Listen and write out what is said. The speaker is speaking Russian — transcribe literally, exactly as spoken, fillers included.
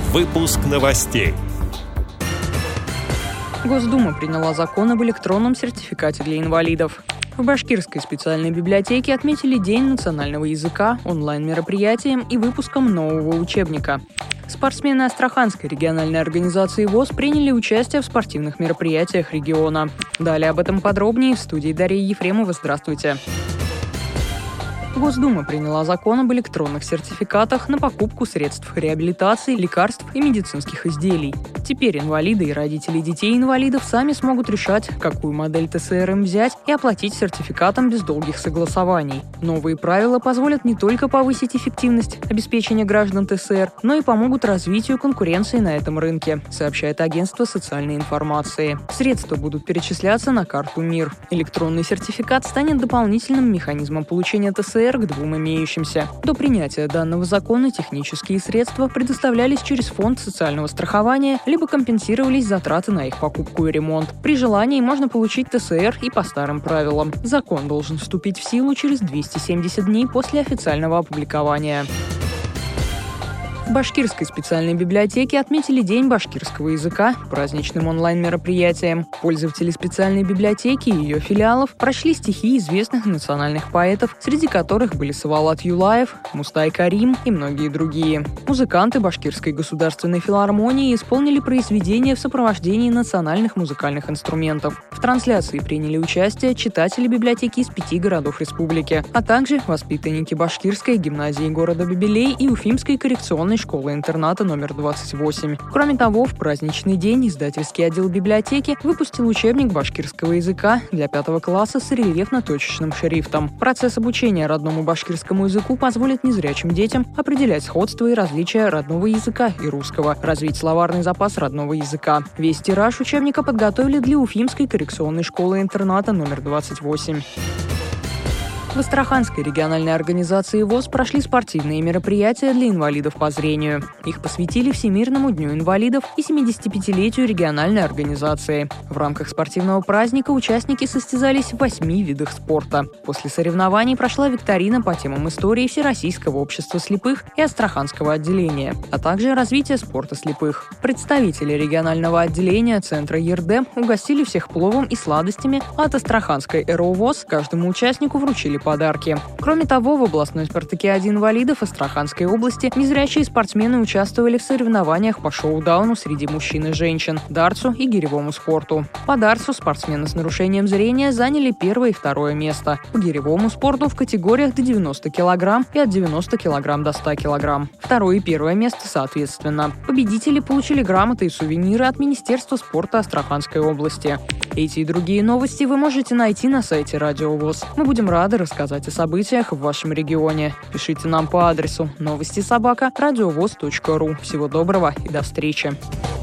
Выпуск новостей. Госдума приняла закон об электронном сертификате для инвалидов. В Башкирской специальной библиотеке отметили День национального языка онлайн-мероприятием и выпуском нового учебника. Спортсмены Астраханской региональной организации ВОС приняли участие в спортивных мероприятиях региона. Далее об этом подробнее в студии Дарьи Ефремова. Здравствуйте. Госдума приняла закон об электронных сертификатах на покупку средств реабилитации, лекарств и медицинских изделий. Теперь инвалиды и родители детей-инвалидов сами смогут решать, какую модель ТСР им взять и оплатить сертификатом без долгих согласований. Новые правила позволят не только повысить эффективность обеспечения граждан ТСР, но и помогут развитию конкуренции на этом рынке, сообщает агентство социальной информации. Средства будут перечисляться на карту МИР. Электронный сертификат станет дополнительным механизмом получения ТСР к двум имеющимся. До принятия данного закона технические средства предоставлялись через фонд социального страхования, либо компенсировались затраты на их покупку и ремонт. При желании можно получить ТСР и по старым правилам. Закон должен вступить в силу через двести семьдесят дней после официального опубликования. В Башкирской специальной библиотеке отметили День башкирского языка праздничным онлайн-мероприятием. Пользователи специальной библиотеки и ее филиалов прочли стихи известных национальных поэтов, среди которых были Савалат Юлаев, Мустай Карим и многие другие. Музыканты Башкирской государственной филармонии исполнили произведения в сопровождении национальных музыкальных инструментов. В трансляции приняли участие читатели библиотеки из пяти городов республики, а также воспитанники Башкирской гимназии города Бабилей и Уфимской коррекционной школы-интерната номер двадцать восемь. Кроме того, в праздничный день издательский отдел библиотеки выпустил учебник башкирского языка для пятого класса с рельефно-точечным шрифтом. Процесс обучения родному башкирскому языку позволит незрячим детям определять сходства и различия родного языка и русского, развить словарный запас родного языка. Весь тираж учебника подготовили для Уфимской коррекционной школы-интерната номер двадцать восемь. В Астраханской региональной организации ВОС прошли спортивные мероприятия для инвалидов по зрению. Их посвятили Всемирному дню инвалидов и семидесятипятилетию региональной организации. В рамках спортивного праздника участники состязались в восьми видах спорта. После соревнований прошла викторина по темам истории Всероссийского общества слепых и Астраханского отделения, а также развитие спорта слепых. Представители регионального отделения Центра ЕРДЭМ угостили всех пловом и сладостями, а от Астраханской РО ВОС каждому участнику вручили подарки. Кроме того, в областной спартакиаде инвалидов Астраханской области незрячие спортсмены участвовали в соревнованиях по шоу-дауну среди мужчин и женщин, дартсу и гиревому спорту. По дартсу спортсмены с нарушением зрения заняли первое и второе место. По гиревому спорту в категориях до девяноста килограмм и от девяноста килограмм до ста килограмм. Второе и первое место соответственно. Победители получили грамоты и сувениры от Министерства спорта Астраханской области. Эти и другие новости вы можете найти на сайте Радио ВОС. Мы будем рады рассказать о событиях в вашем регионе. Пишите нам по адресу новости собака радиовоз точка ру. Всего доброго и до встречи.